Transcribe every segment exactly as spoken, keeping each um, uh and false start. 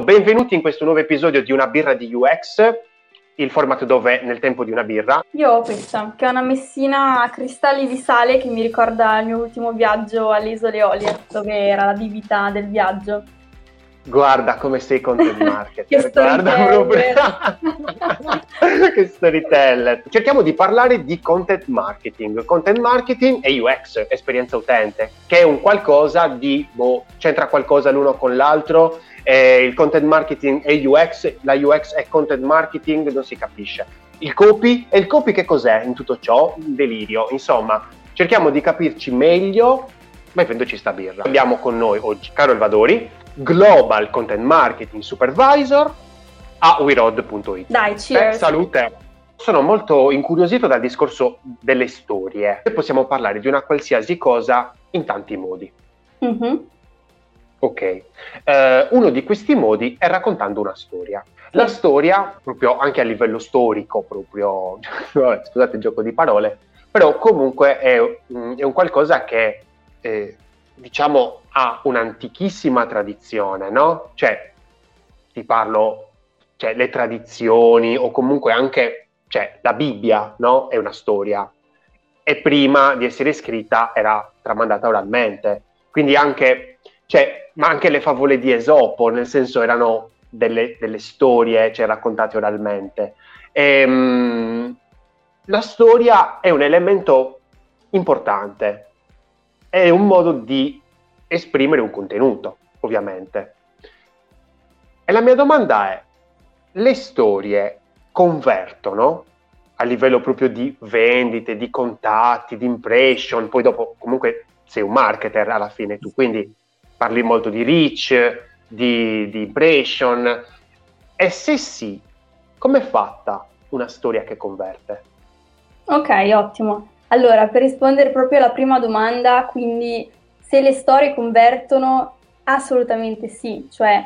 Benvenuti in questo nuovo episodio di Una birra di U X, il format dove nel tempo di una birra. Io ho questa, che è una messina a cristalli di sale che mi ricorda il mio ultimo viaggio alle Isole Eolie, dove era la bibita del viaggio. Guarda come sei content marketer, Che guarda proprio. storyteller. Che storyteller. Cerchiamo di parlare di content marketing, content marketing e U X, esperienza utente, che è un qualcosa di, boh, c'entra qualcosa l'uno con l'altro, eh, il content marketing è U X, la U X è content marketing, non si capisce. Il copy, e il copy che cos'è in tutto ciò? Un delirio, insomma, cerchiamo di capirci meglio bevendoci sta birra. Abbiamo con noi oggi Carol Vadori, Global Content Marketing Supervisor a wirod punto it. Dai, cheers! Eh, salute! Sono molto incuriosito dal discorso delle storie. Possiamo parlare di una qualsiasi cosa in tanti modi. Mm-hmm. Ok, eh, uno di questi modi è raccontando una storia. Sì. La storia, proprio anche a livello storico, proprio, scusate il gioco di parole, però comunque è, è un qualcosa che eh, diciamo ha un'antichissima tradizione, no? Cioè, ti parlo, cioè le tradizioni o comunque anche, cioè la Bibbia, no? È una storia e prima di essere scritta era tramandata oralmente, quindi anche, cioè, ma anche le favole di Esopo, nel senso erano delle, delle storie, cioè raccontate oralmente. E, mh, la storia è un elemento importante, è un modo di esprimere un contenuto, ovviamente. E la mia domanda è, le storie convertono a livello proprio di vendite, di contatti, di impression, poi dopo comunque sei un marketer alla fine tu, quindi parli molto di reach, di, di impression, e se sì, com'è fatta una storia che converte? Ok, ottimo. Allora, per rispondere proprio alla prima domanda, quindi se le storie convertono, assolutamente sì, cioè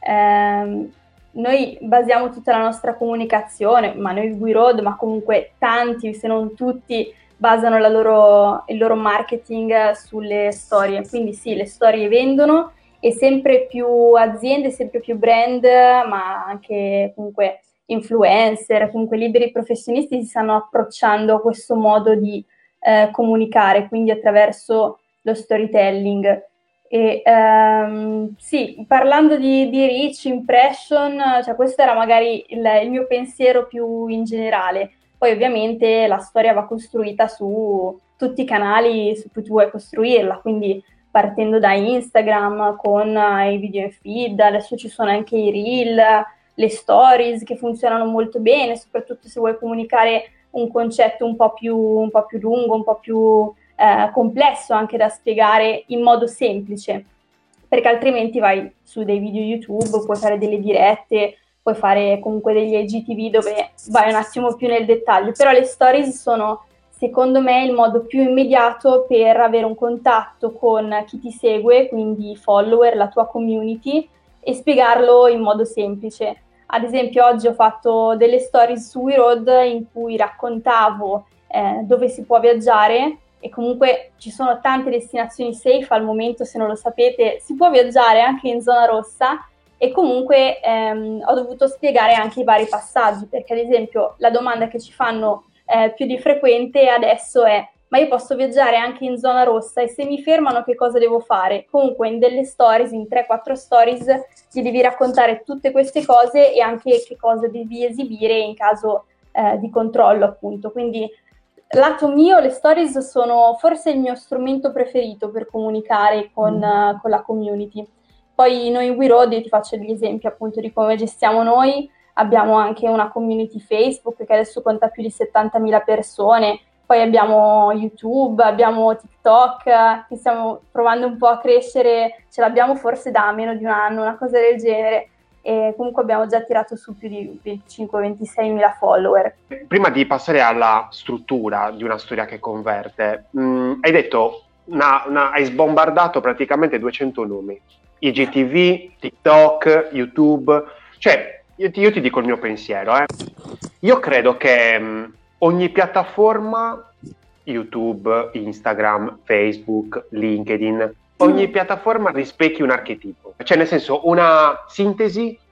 ehm, noi basiamo tutta la nostra comunicazione, ma noi WeRoad, ma comunque tanti, se non tutti, basano la loro, il loro marketing sulle storie, quindi sì, le storie vendono e sempre più aziende, sempre più brand, ma anche comunque influencer, comunque liberi professionisti si stanno approcciando a questo modo di eh, comunicare, quindi attraverso lo storytelling. E ehm, sì, parlando di, di reach, impression, cioè questo era magari il, il mio pensiero più in generale. Poi ovviamente la storia va costruita su tutti i canali su cui tu vuoi costruirla, quindi partendo da Instagram con i video in feed, adesso ci sono anche i reel, le stories che funzionano molto bene, soprattutto se vuoi comunicare un concetto un po' più, un po' più lungo, un po' più eh, complesso anche da spiegare in modo semplice, perché altrimenti vai su dei video YouTube, puoi fare delle dirette, puoi fare comunque degli I G T V dove vai un attimo più nel dettaglio, però le stories sono secondo me il modo più immediato per avere un contatto con chi ti segue, quindi follower, la tua community, e spiegarlo in modo semplice. Ad esempio oggi ho fatto delle stories su WeRoad in cui raccontavo eh, dove si può viaggiare e comunque ci sono tante destinazioni safe al momento, se non lo sapete, si può viaggiare anche in zona rossa e comunque ehm, ho dovuto spiegare anche i vari passaggi, perché ad esempio la domanda che ci fanno eh, più di frequente adesso è: ma io posso viaggiare anche in zona rossa e se mi fermano che cosa devo fare? Comunque in delle stories, in tre quattro stories, ti devi raccontare tutte queste cose e anche che cosa devi esibire in caso eh, di controllo, appunto. Quindi lato mio le stories sono forse il mio strumento preferito per comunicare con, mm. uh, con la community. Poi noi WeRoad, io ti faccio degli esempi appunto di come gestiamo noi, abbiamo anche una community Facebook che adesso conta più di settantamila persone, poi abbiamo YouTube, abbiamo TikTok, che stiamo provando un po' a crescere, ce l'abbiamo forse da meno di un anno, una cosa del genere, e comunque abbiamo già tirato su più di venticinque ventisei mila follower. Prima di passare alla struttura di una storia che converte, mh, hai detto, una, una, hai sbombardato praticamente duecento nomi, I G T V, TikTok, YouTube, cioè io ti, io ti dico il mio pensiero, eh. Io credo che mh, ogni piattaforma, YouTube, Instagram, Facebook, LinkedIn, ogni piattaforma rispecchi un archetipo, cioè nel senso una sintesi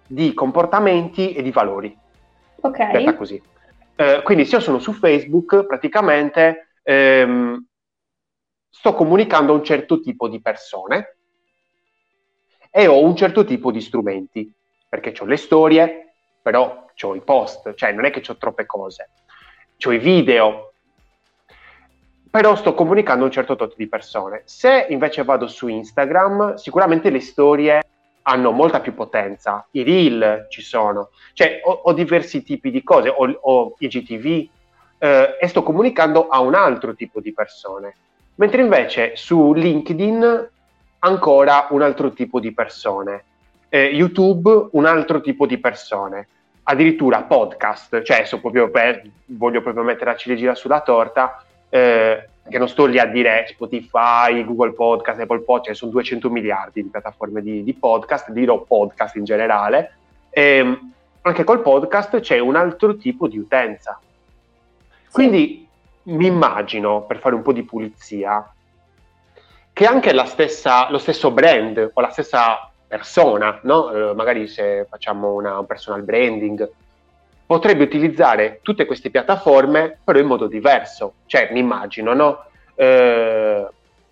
di comportamenti e di valori. Ok. Detta così. Eh, quindi se io sono su Facebook, praticamente ehm, sto comunicando a un certo tipo di persone e ho un certo tipo di strumenti, perché ho le storie, però ho i post, cioè non è che ho troppe cose, ho i video, però sto comunicando a un certo tipo di persone. Se invece vado su Instagram, sicuramente le storie hanno molta più potenza, i reel ci sono, cioè ho, ho diversi tipi di cose, ho, ho I G T V eh, e sto comunicando a un altro tipo di persone, mentre invece su LinkedIn ancora un altro tipo di persone, eh, YouTube un altro tipo di persone, addirittura podcast, cioè so proprio per, voglio proprio mettere la ciliegina sulla torta, eh, che non sto lì a dire Spotify, Google Podcast, Apple Podcast, sono duecento miliardi di piattaforme di, di podcast, dirò podcast in generale, e anche col podcast c'è un altro tipo di utenza. Quindi sì, mi immagino, per fare un po' di pulizia, che anche la stessa, lo stesso brand o la stessa persona, no? Eh, magari se facciamo una, un personal branding, potrebbe utilizzare tutte queste piattaforme però in modo diverso. Cioè, mi immagino, no? Eh,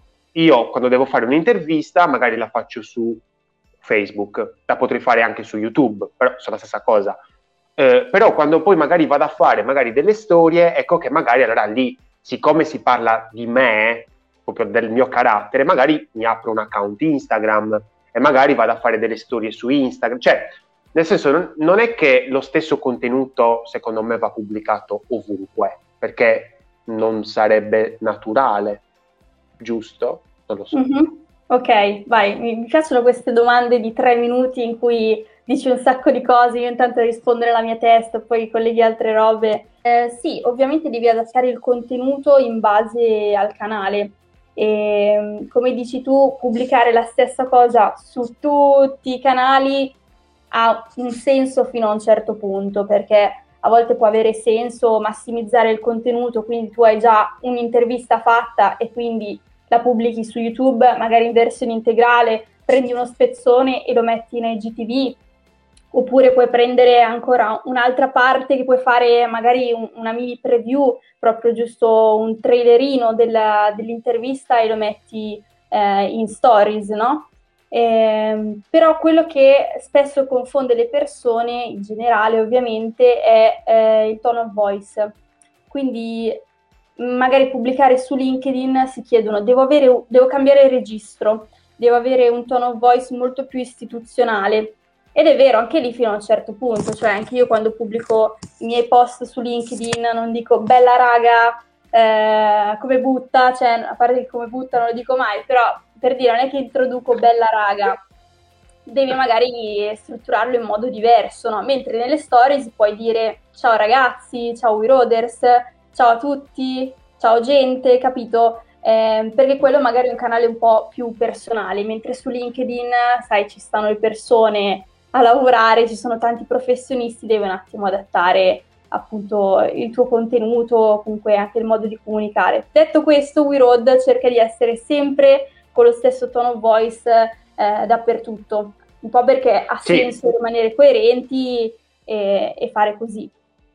io quando devo fare un'intervista magari la faccio su Facebook, la potrei fare anche su YouTube, però sono la stessa cosa. Eh, però quando poi magari vado a fare magari delle storie, ecco che magari allora lì, siccome si parla di me, proprio del mio carattere, magari mi apro un account Instagram e magari vado a fare delle storie su Instagram, cioè nel senso non, non è che lo stesso contenuto secondo me va pubblicato ovunque, perché non sarebbe naturale, giusto? Non lo so. Mm-hmm. Ok, vai, mi, mi piacciono queste domande di tre minuti in cui dici un sacco di cose, io intanto rispondere alla mia testa, poi colleghi altre robe. Eh, sì, ovviamente devi adattare il contenuto in base al canale. E, come dici tu, pubblicare la stessa cosa su tutti i canali ha un senso fino a un certo punto, perché a volte può avere senso massimizzare il contenuto, quindi tu hai già un'intervista fatta e quindi la pubblichi su YouTube, magari in versione integrale, prendi uno spezzone e lo metti in I G T V, oppure puoi prendere ancora un'altra parte che puoi fare magari un, una mini preview, proprio giusto un trailerino della, dell'intervista e lo metti eh, in stories, no? Eh, però quello che spesso confonde le persone in generale ovviamente è eh, il tone of voice, quindi magari pubblicare su LinkedIn si chiedono devo, avere, devo cambiare il registro, devo avere un tone of voice molto più istituzionale, ed è vero anche lì fino a un certo punto, cioè anche io quando pubblico i miei post su LinkedIn non dico bella raga eh, come butta, cioè a parte che come butta non lo dico mai, però per dire non è che introduco bella raga, devi magari strutturarlo in modo diverso, no? Mentre nelle stories puoi dire ciao ragazzi, ciao WeRoaders, ciao a tutti, ciao gente, capito? Eh, perché quello magari è un canale un po' più personale, mentre su LinkedIn, sai, ci stanno le persone a lavorare, ci sono tanti professionisti, devi un attimo adattare appunto il tuo contenuto, comunque anche il modo di comunicare. Detto questo, WeRoad cerca di essere sempre con lo stesso tono of voice eh, dappertutto, un po' perché ha Sì. senso rimanere coerenti e, e fare così.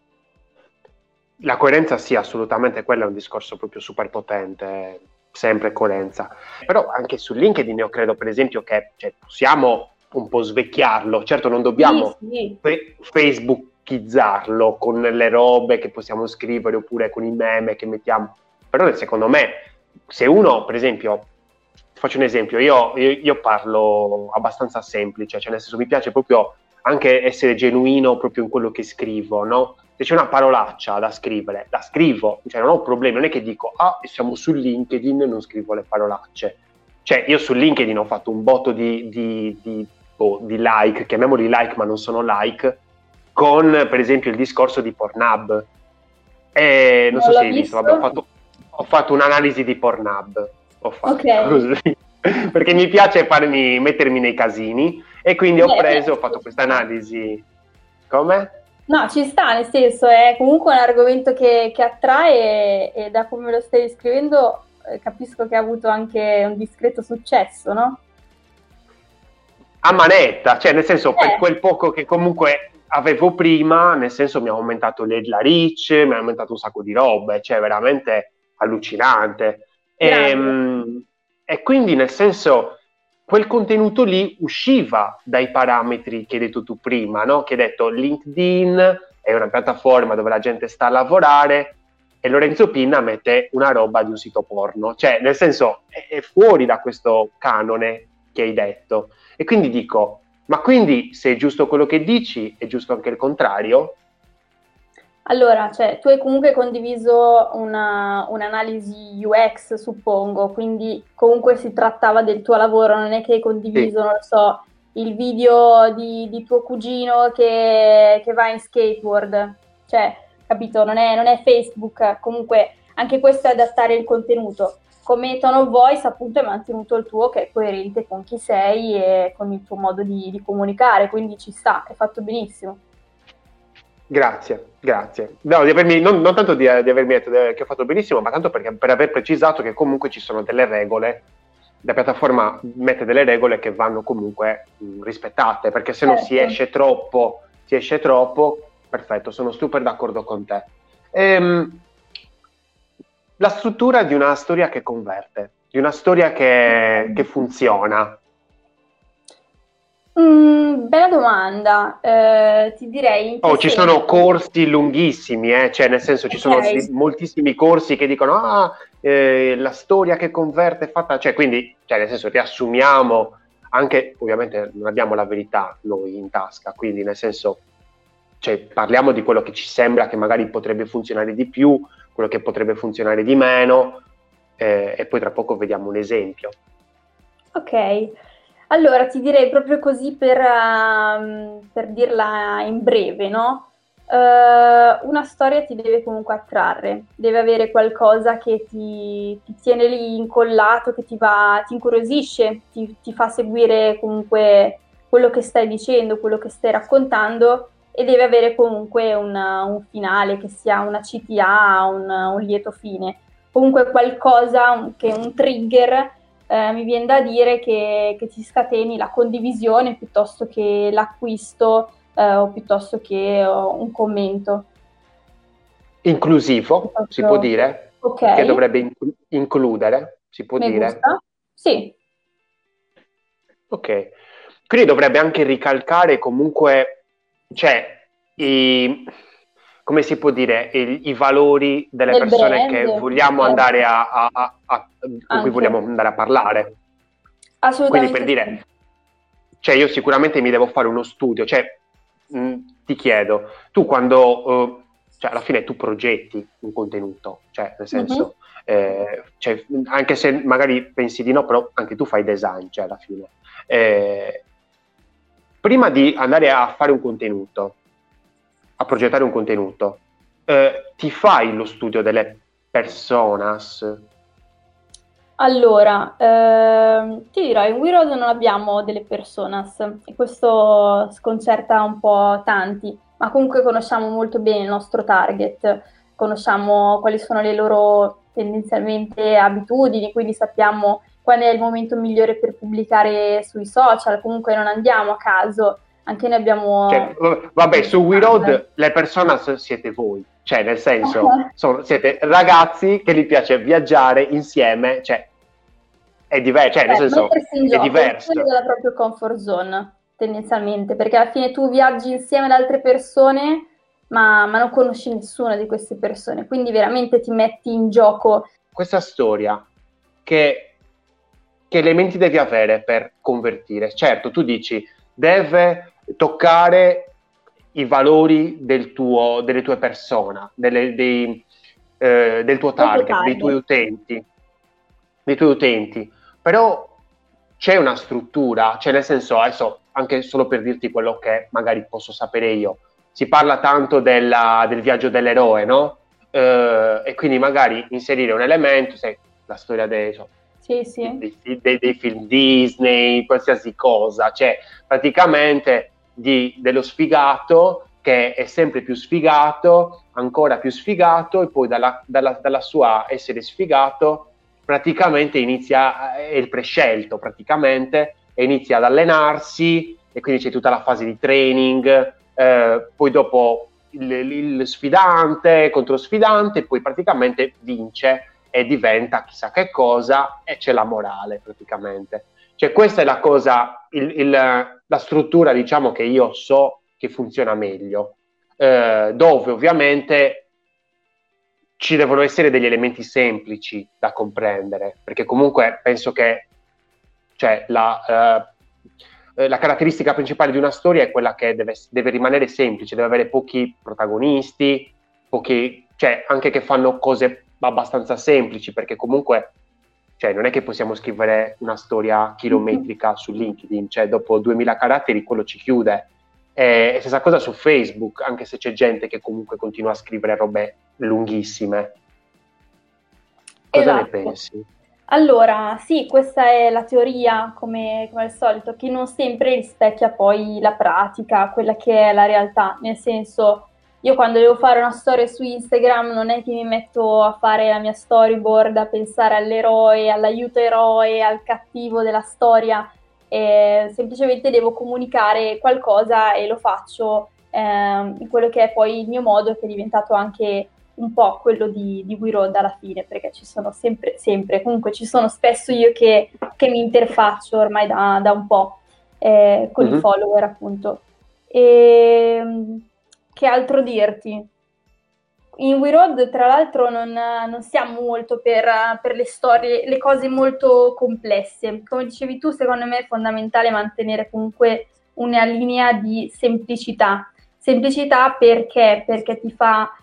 La coerenza sì, assolutamente, quello è un discorso proprio super potente, sempre coerenza. Però anche su LinkedIn io credo per esempio che cioè, possiamo un po' svecchiarlo, certo non dobbiamo sì, sì. fe- facebookizzarlo con le robe che possiamo scrivere oppure con i meme che mettiamo, però secondo me se uno per esempio, faccio un esempio, io, io, io parlo abbastanza semplice, cioè nel senso mi piace proprio anche essere genuino proprio in quello che scrivo, no? Se c'è una parolaccia da scrivere, la scrivo, cioè non ho problemi, non è che dico, ah, siamo su LinkedIn e non scrivo le parolacce. Cioè io su LinkedIn ho fatto un botto di, di, di, oh, di like, chiamiamoli like ma non sono like, con per esempio il discorso di Pornhub. E non, non so se hai visto, vabbè, ho fatto, ho fatto un'analisi di Pornhub, ho fatto okay. Così, perché mi piace farmi, mettermi nei casini e quindi ho preso, ho fatto questa analisi. Come? No, ci sta, nel senso è comunque un argomento che, che attrae e, e da come lo stai descrivendo eh, capisco che ha avuto anche un discreto successo, no? a manetta, cioè nel senso per Eh. quel poco che comunque avevo prima, nel senso mi ha aumentato le- la reach, mi ha aumentato un sacco di robe, cioè veramente allucinante. Grande. E, e quindi nel senso quel contenuto lì usciva dai parametri che hai detto tu prima, no? Che hai detto LinkedIn è una piattaforma dove la gente sta a lavorare e Lorenzo Pinna mette una roba di un sito porno, cioè nel senso è, è fuori da questo canone che hai detto. E quindi dico, ma quindi se è giusto quello che dici, è giusto anche il contrario? Allora, cioè, tu hai comunque condiviso una, un'analisi U X, suppongo, quindi comunque si trattava del tuo lavoro, non è che hai Sì. condiviso, non lo so, il video di, di tuo cugino che, che va in skateboard, cioè, capito, non è, non è Facebook, comunque anche questo è adattare il contenuto. Come tone of voice, appunto, hai mantenuto il tuo che è coerente con chi sei e con il tuo modo di, di comunicare, quindi ci sta, hai fatto benissimo. Grazie, grazie. No, di avermi, non, non tanto di, di avermi detto che ho fatto benissimo, ma tanto perché, per aver precisato che comunque ci sono delle regole, la piattaforma mette delle regole che vanno comunque mh, rispettate, perché se no si Certo. esce troppo, si esce troppo, perfetto, sono super d'accordo con te. Ehm, la struttura di una storia che converte, di una storia che, che funziona. Mm, bella domanda. Eh, ti direi in che Oh, ci sono senso? corsi lunghissimi, eh? Cioè nel senso ci sono Ok, di- moltissimi corsi che dicono ah, eh, la storia che converte è fatta, cioè quindi, cioè nel senso riassumiamo anche, ovviamente non abbiamo la verità noi in tasca, quindi nel senso, cioè, parliamo di quello che ci sembra che magari potrebbe funzionare di più, quello che potrebbe funzionare di meno, eh, e poi tra poco vediamo un esempio. ok. Allora ti direi proprio così per, ehm, per dirla in breve, no? Eh, una storia ti deve comunque attrarre, deve avere qualcosa che ti, ti tiene lì incollato, che ti va, ti incuriosisce, ti, ti fa seguire comunque quello che stai dicendo, quello che stai raccontando e deve avere comunque una- un finale, che sia una C T A, un, un lieto fine, comunque qualcosa un- che è un trigger, eh, mi viene da dire che, che ti scateni la condivisione piuttosto che l'acquisto, eh, o piuttosto che eh, un commento. Inclusivo, si può Proprio, dire, ok, che dovrebbe inclu- includere, si può mi dire. gusta. Sì, Ok, quindi dovrebbe anche ricalcare comunque, cioè, i, come si può dire, i, i valori delle del persone brand, che vogliamo andare certo, a, a- a- a- con cui anche. vogliamo andare a parlare. Quindi per Assolutamente sì. dire, cioè io sicuramente mi devo fare uno studio, cioè mh, ti chiedo, tu quando, eh, cioè alla fine tu progetti un contenuto, cioè nel Mhm. senso, eh, cioè, anche se magari pensi di no, però anche tu fai design, cioè alla fine. Eh, prima di andare a fare un contenuto, a progettare un contenuto, eh, ti fai lo studio delle personas? Allora, ehm, ti dirò, in WeRoad non abbiamo delle personas e questo sconcerta un po' tanti, ma comunque conosciamo molto bene il nostro target, conosciamo quali sono le loro tendenzialmente abitudini, quindi sappiamo qual è il momento migliore per pubblicare sui social, comunque non andiamo a caso, anche noi Cioè, abbiamo vabbè, degli su We standard. Road le personas siete voi, cioè nel senso, sono, siete ragazzi che vi piace viaggiare insieme, cioè è diverso, cioè nel Beh, senso mettersi in è gioco, uscire diverso. dalla propria comfort zone, tendenzialmente, perché alla fine tu viaggi insieme ad altre persone, ma, ma non conosci nessuna di queste persone, quindi veramente ti metti in gioco. Questa storia, che, che elementi devi avere per convertire? Certo, tu dici, deve toccare i valori del tuo, delle tue persone, delle, dei, eh, del tuo Del tuo target, dei tuoi target. utenti, dei tuoi utenti. Però c'è una struttura, cioè nel senso, adesso anche solo per dirti quello che magari posso sapere io, si parla tanto della, del viaggio dell'eroe, no? Eh, e quindi magari inserire un elemento, sai, la storia dei, so, Sì, sì. dei, dei, dei film Disney, qualsiasi cosa, cioè praticamente di, dello sfigato che è sempre più sfigato, ancora più sfigato, e poi dalla, dalla, dalla sua essere sfigato praticamente inizia, è il prescelto praticamente, e inizia ad allenarsi e quindi c'è tutta la fase di training, eh, poi dopo il, il sfidante contro sfidante, poi praticamente vince e diventa chissà che cosa e c'è la morale praticamente. Cioè questa è la cosa, il, il, la struttura diciamo che io so che funziona meglio, eh, dove ovviamente ci devono essere degli elementi semplici da comprendere, perché comunque penso che cioè, la, eh, la caratteristica principale di una storia è quella che deve, deve rimanere semplice, deve avere pochi protagonisti, pochi, cioè anche che fanno cose abbastanza semplici, perché comunque cioè, non è che possiamo scrivere una storia chilometrica su LinkedIn, cioè dopo duemila caratteri quello ci chiude. E stessa cosa su Facebook, anche se c'è gente che comunque continua a scrivere robe lunghissime. Cosa Esatto. ne pensi? Allora, sì, questa è la teoria, come, come al solito, che non sempre rispecchia poi la pratica, quella che è la realtà. Nel senso, io quando devo fare una storia su Instagram non è che mi metto a fare la mia storyboard, a pensare all'eroe, all'aiuto eroe, al cattivo della storia. Eh, semplicemente devo comunicare qualcosa e lo faccio eh, in quello che è poi il mio modo, che è diventato anche un po' quello di, di We Road alla fine, perché ci sono sempre, sempre, comunque ci sono spesso io che, che mi interfaccio ormai da, da un po' eh, con mm-hmm. i follower appunto. E, che altro dirti? In We Road, tra l'altro, non, non siamo molto per, per le storie, le cose molto complesse. Come dicevi tu, secondo me è fondamentale mantenere comunque una linea di semplicità. Semplicità perché? Perché ti fa,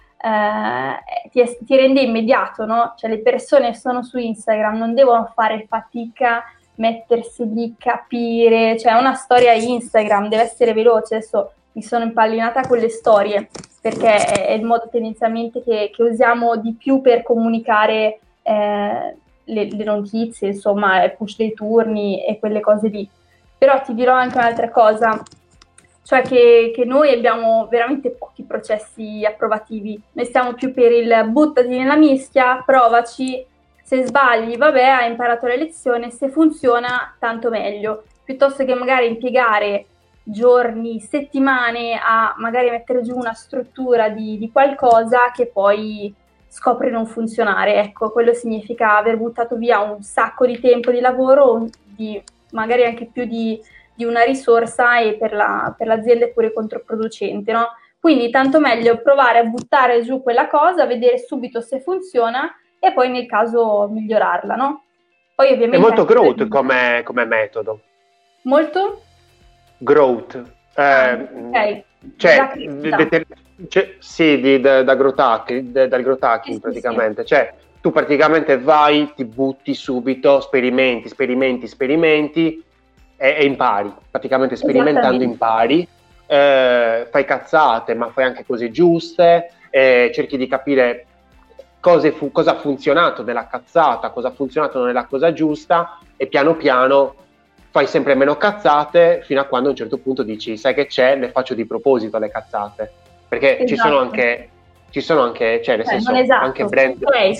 eh, ti, ti rende immediato, no? Cioè le persone sono su Instagram, non devono fare fatica, mettersi lì, capire. Cioè una storia Instagram deve essere veloce. Adesso mi sono impallinata con le storie, perché è il modo tendenzialmente che, che usiamo di più per comunicare eh, le, le notizie, insomma, il push dei turni e quelle cose lì. Però ti dirò anche un'altra cosa, cioè che, che noi abbiamo veramente pochi processi approvativi. Noi stiamo più per il buttati nella mischia, provaci, se sbagli, vabbè, hai imparato la lezione, se funziona, tanto meglio. Piuttosto che magari impiegare giorni, settimane a magari mettere giù una struttura di, di qualcosa che poi scopre non funzionare. Ecco, quello significa aver buttato via un sacco di tempo di lavoro, di, magari anche più di, di una risorsa, e per, la, per l'azienda è pure controproducente, no? Quindi tanto meglio provare a buttare giù quella cosa, vedere subito se funziona e poi nel caso migliorarla, no? Poi ovviamente è molto growth come, come metodo. Molto? Growth, eh, ah, okay. cioè, deter- cioè sì, di, da, da growth hacking, da, dal growth hacking sì, praticamente, sì. Cioè tu praticamente vai, ti butti subito, sperimenti, sperimenti, sperimenti e, e impari, praticamente sperimentando impari, eh, fai cazzate ma fai anche cose giuste, eh, cerchi di capire cosa, fu- cosa ha funzionato nella cazzata, cosa ha funzionato nella cosa giusta e piano piano fai sempre meno cazzate fino a quando a un certo punto dici sai che c'è, le faccio di proposito le cazzate, perché esatto. ci sono anche ci sono anche cioè nel eh, senso esatto. anche brand okay.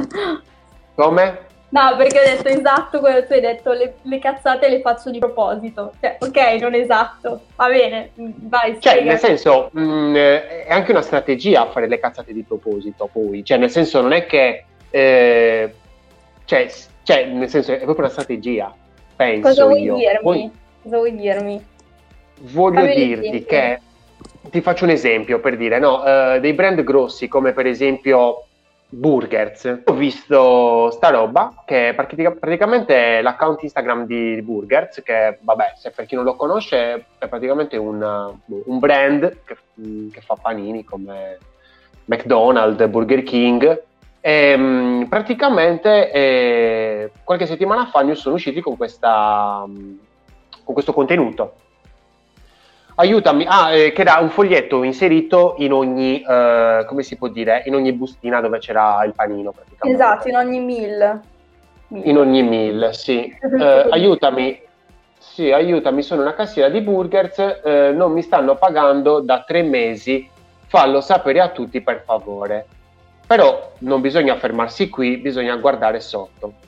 Come? No, perché ho detto esatto quello che tu hai detto, le, le cazzate le faccio di proposito, cioè ok, non esatto, va bene, vai, cioè spiega. nel senso mh, è anche una strategia fare le cazzate di proposito, poi cioè nel senso non è che eh, cioè, cioè nel senso è proprio una strategia. Penso Cosa vuoi io. dirmi? Poi, Cosa vuoi dirmi? Voglio Fammi dirti che ti faccio un esempio per dire, no, uh, dei brand grossi come per esempio Burgers. Ho visto sta roba che pratica- praticamente è l'account Instagram di Burgers, che vabbè, se per chi non lo conosce è praticamente un, un brand che, che fa panini come McDonald's, Burger King. E, um, praticamente eh, qualche settimana fa ne sono usciti con questa um, con questo contenuto. Aiutami, ah, eh, che era un foglietto inserito in ogni eh, come si può dire, in ogni bustina dove c'era il panino praticamente. Esatto, in ogni meal. In ogni meal, sì. eh, aiutami, sì, aiutami, sono una cassiera di Burgers, eh, non mi stanno pagando da tre mesi, fallo sapere a tutti per favore. Però non bisogna fermarsi qui, bisogna guardare sotto.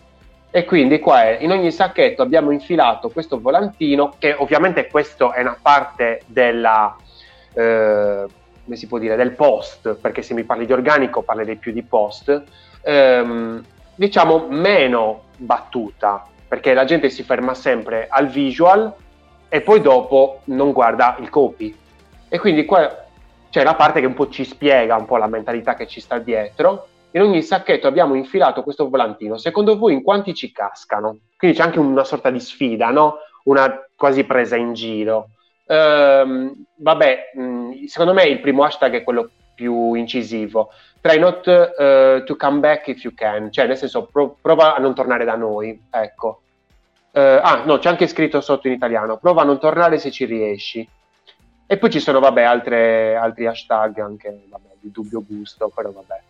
E quindi qua è, in ogni sacchetto abbiamo infilato questo volantino, che ovviamente questo è una parte della, eh, come si può dire, del post, perché se mi parli di organico parlerei più di post, ehm, diciamo meno battuta, perché la gente si ferma sempre al visual e poi dopo non guarda il copy. E quindi qua c'è la parte che un po' ci spiega un po' la mentalità che ci sta dietro. In ogni sacchetto abbiamo infilato questo volantino. Secondo voi in quanti ci cascano? Quindi c'è anche una sorta di sfida, no? Una quasi presa in giro. Ehm, vabbè, mh, secondo me il primo hashtag è quello più incisivo. Try not uh, to come back if you can. Cioè, nel senso, pro- prova a non tornare da noi. Ecco. Uh, ah, no, c'è anche scritto sotto in italiano. Prova a non tornare se ci riesci. E poi ci sono, vabbè, altre, altri hashtag anche, vabbè, di dubbio gusto, però vabbè.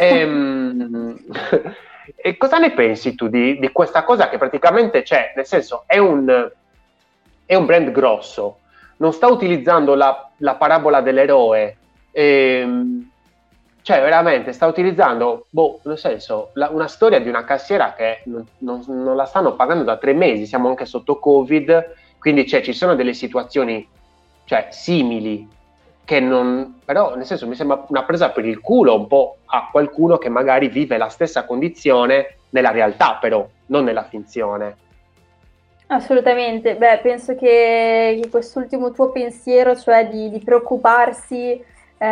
E, e cosa ne pensi tu di, di questa cosa che praticamente c'è? Nel senso, è un, è un brand grosso, non sta utilizzando la, la parabola dell'eroe, ehm, cioè veramente sta utilizzando, boh, nel senso, la, una storia di una cassiera che non, non, non la stanno pagando da tre mesi, siamo anche sotto Covid, quindi cioè, ci sono delle situazioni, cioè, simili, che non, però nel senso mi sembra una presa per il culo un po' a qualcuno che magari vive la stessa condizione nella realtà, però non nella finzione. Assolutamente, beh, penso che, che quest'ultimo tuo pensiero, cioè di, di preoccuparsi eh,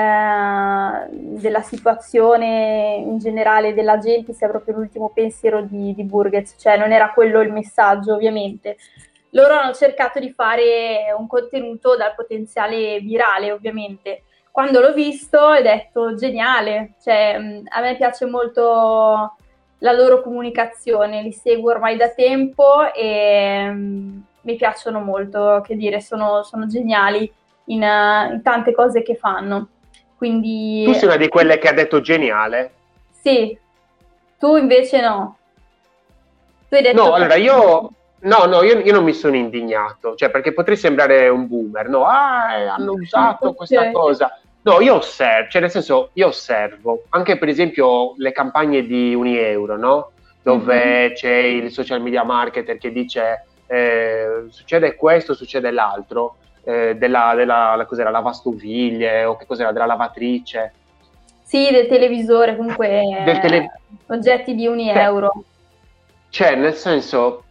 della situazione in generale della gente, sia proprio l'ultimo pensiero di, di Burgers, cioè non era quello il messaggio, ovviamente. Loro hanno cercato di fare un contenuto dal potenziale virale, ovviamente. Quando l'ho visto ho detto geniale, cioè a me piace molto la loro comunicazione, li seguo ormai da tempo e um, mi piacciono molto, che dire, sono, sono geniali in, uh, in tante cose che fanno. Quindi Tu sei una di quelle che ha detto geniale? sì, tu invece no. Tu hai detto No, che... allora io... No, no, io, io non mi sono indignato, cioè perché potrei sembrare un boomer, no? Ah, eh, hanno usato Okay. questa cosa. No, io osservo, cioè nel senso, io osservo, anche per esempio le campagne di Unieuro, no? Dove Mhm. c'è il social media marketer che dice eh, succede questo, succede l'altro, eh, della, della la, cos'era, lavastoviglie o che cos'era, della lavatrice, Sì, del televisore, comunque del eh, tele... oggetti di un Cioè, euro. cioè, nel senso...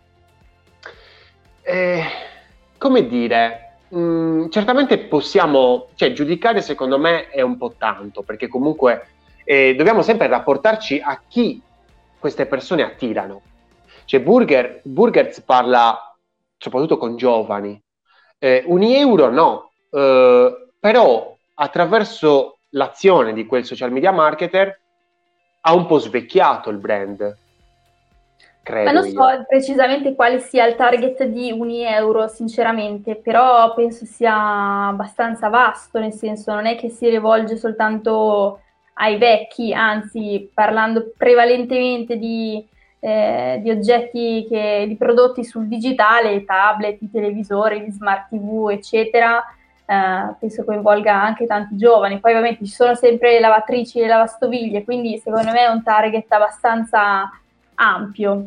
Eh, come dire, mh, certamente possiamo, cioè giudicare secondo me è un po' tanto, perché comunque eh, dobbiamo sempre rapportarci a chi queste persone attirano. Cioè Burger, Burgers parla soprattutto con giovani, eh, un euro no, eh, però attraverso l'azione di quel social media marketer ha un po' svecchiato il brand, Ma credo non so io. precisamente quale sia il target di un euro, sinceramente, però penso sia abbastanza vasto, nel senso non è che si rivolge soltanto ai vecchi, anzi parlando prevalentemente di, eh, di oggetti, che, di prodotti sul digitale, tablet, i televisori, gli smart T V, eccetera, eh, penso coinvolga anche tanti giovani. Poi ovviamente ci sono sempre le lavatrici e le lavastoviglie, quindi secondo me è un target abbastanza ampio.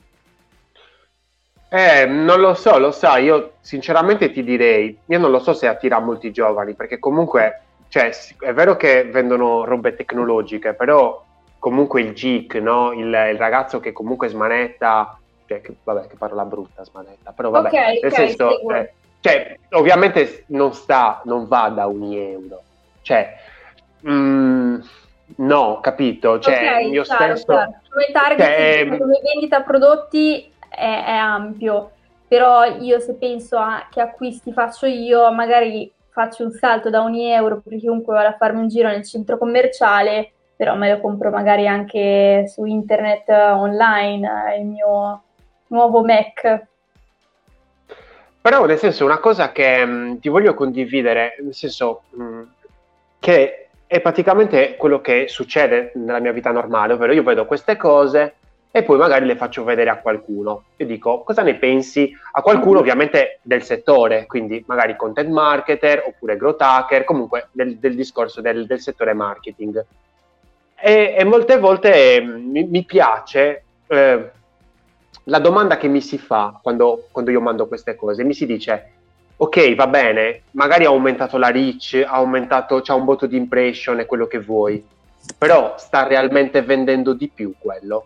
Eh, non lo so, lo sai, io sinceramente ti direi, io non lo so se attira molti giovani, perché comunque, cioè, sì, è vero che vendono robe tecnologiche, però comunque il geek, no? Il, il ragazzo che comunque smanetta, cioè, che, vabbè, che parola brutta, smanetta, però Ok, vabbè, nel ok, senso, seguo. eh, cioè, ovviamente non sta, non va da un euro, cioè, mm, no, capito? Cioè, Ok, io chiaro, stesso, chiaro. Come target, cioè, diciamo, come vendita prodotti è, è ampio, però io se penso a che acquisti faccio io, magari faccio un salto da ogni euro perché comunque vado a farmi un giro nel centro commerciale, però me lo compro magari anche su internet eh, online, eh, il mio nuovo Mac. però nel senso una cosa che mh, ti voglio condividere, nel senso mh, che è praticamente quello che succede nella mia vita normale, ovvero io vedo queste cose e poi magari le faccio vedere a qualcuno. Io dico, cosa ne pensi? A qualcuno Mhm. ovviamente del settore, quindi magari content marketer oppure growth hacker, comunque del, del discorso del, del settore marketing. E, e molte volte mh, mi, mi piace eh, la domanda che mi si fa quando, quando io mando queste cose, mi si dice, ok, va bene, magari ha aumentato la reach, ha aumentato, c'ha un botto di impression e quello che vuoi, però sta realmente vendendo di più quello?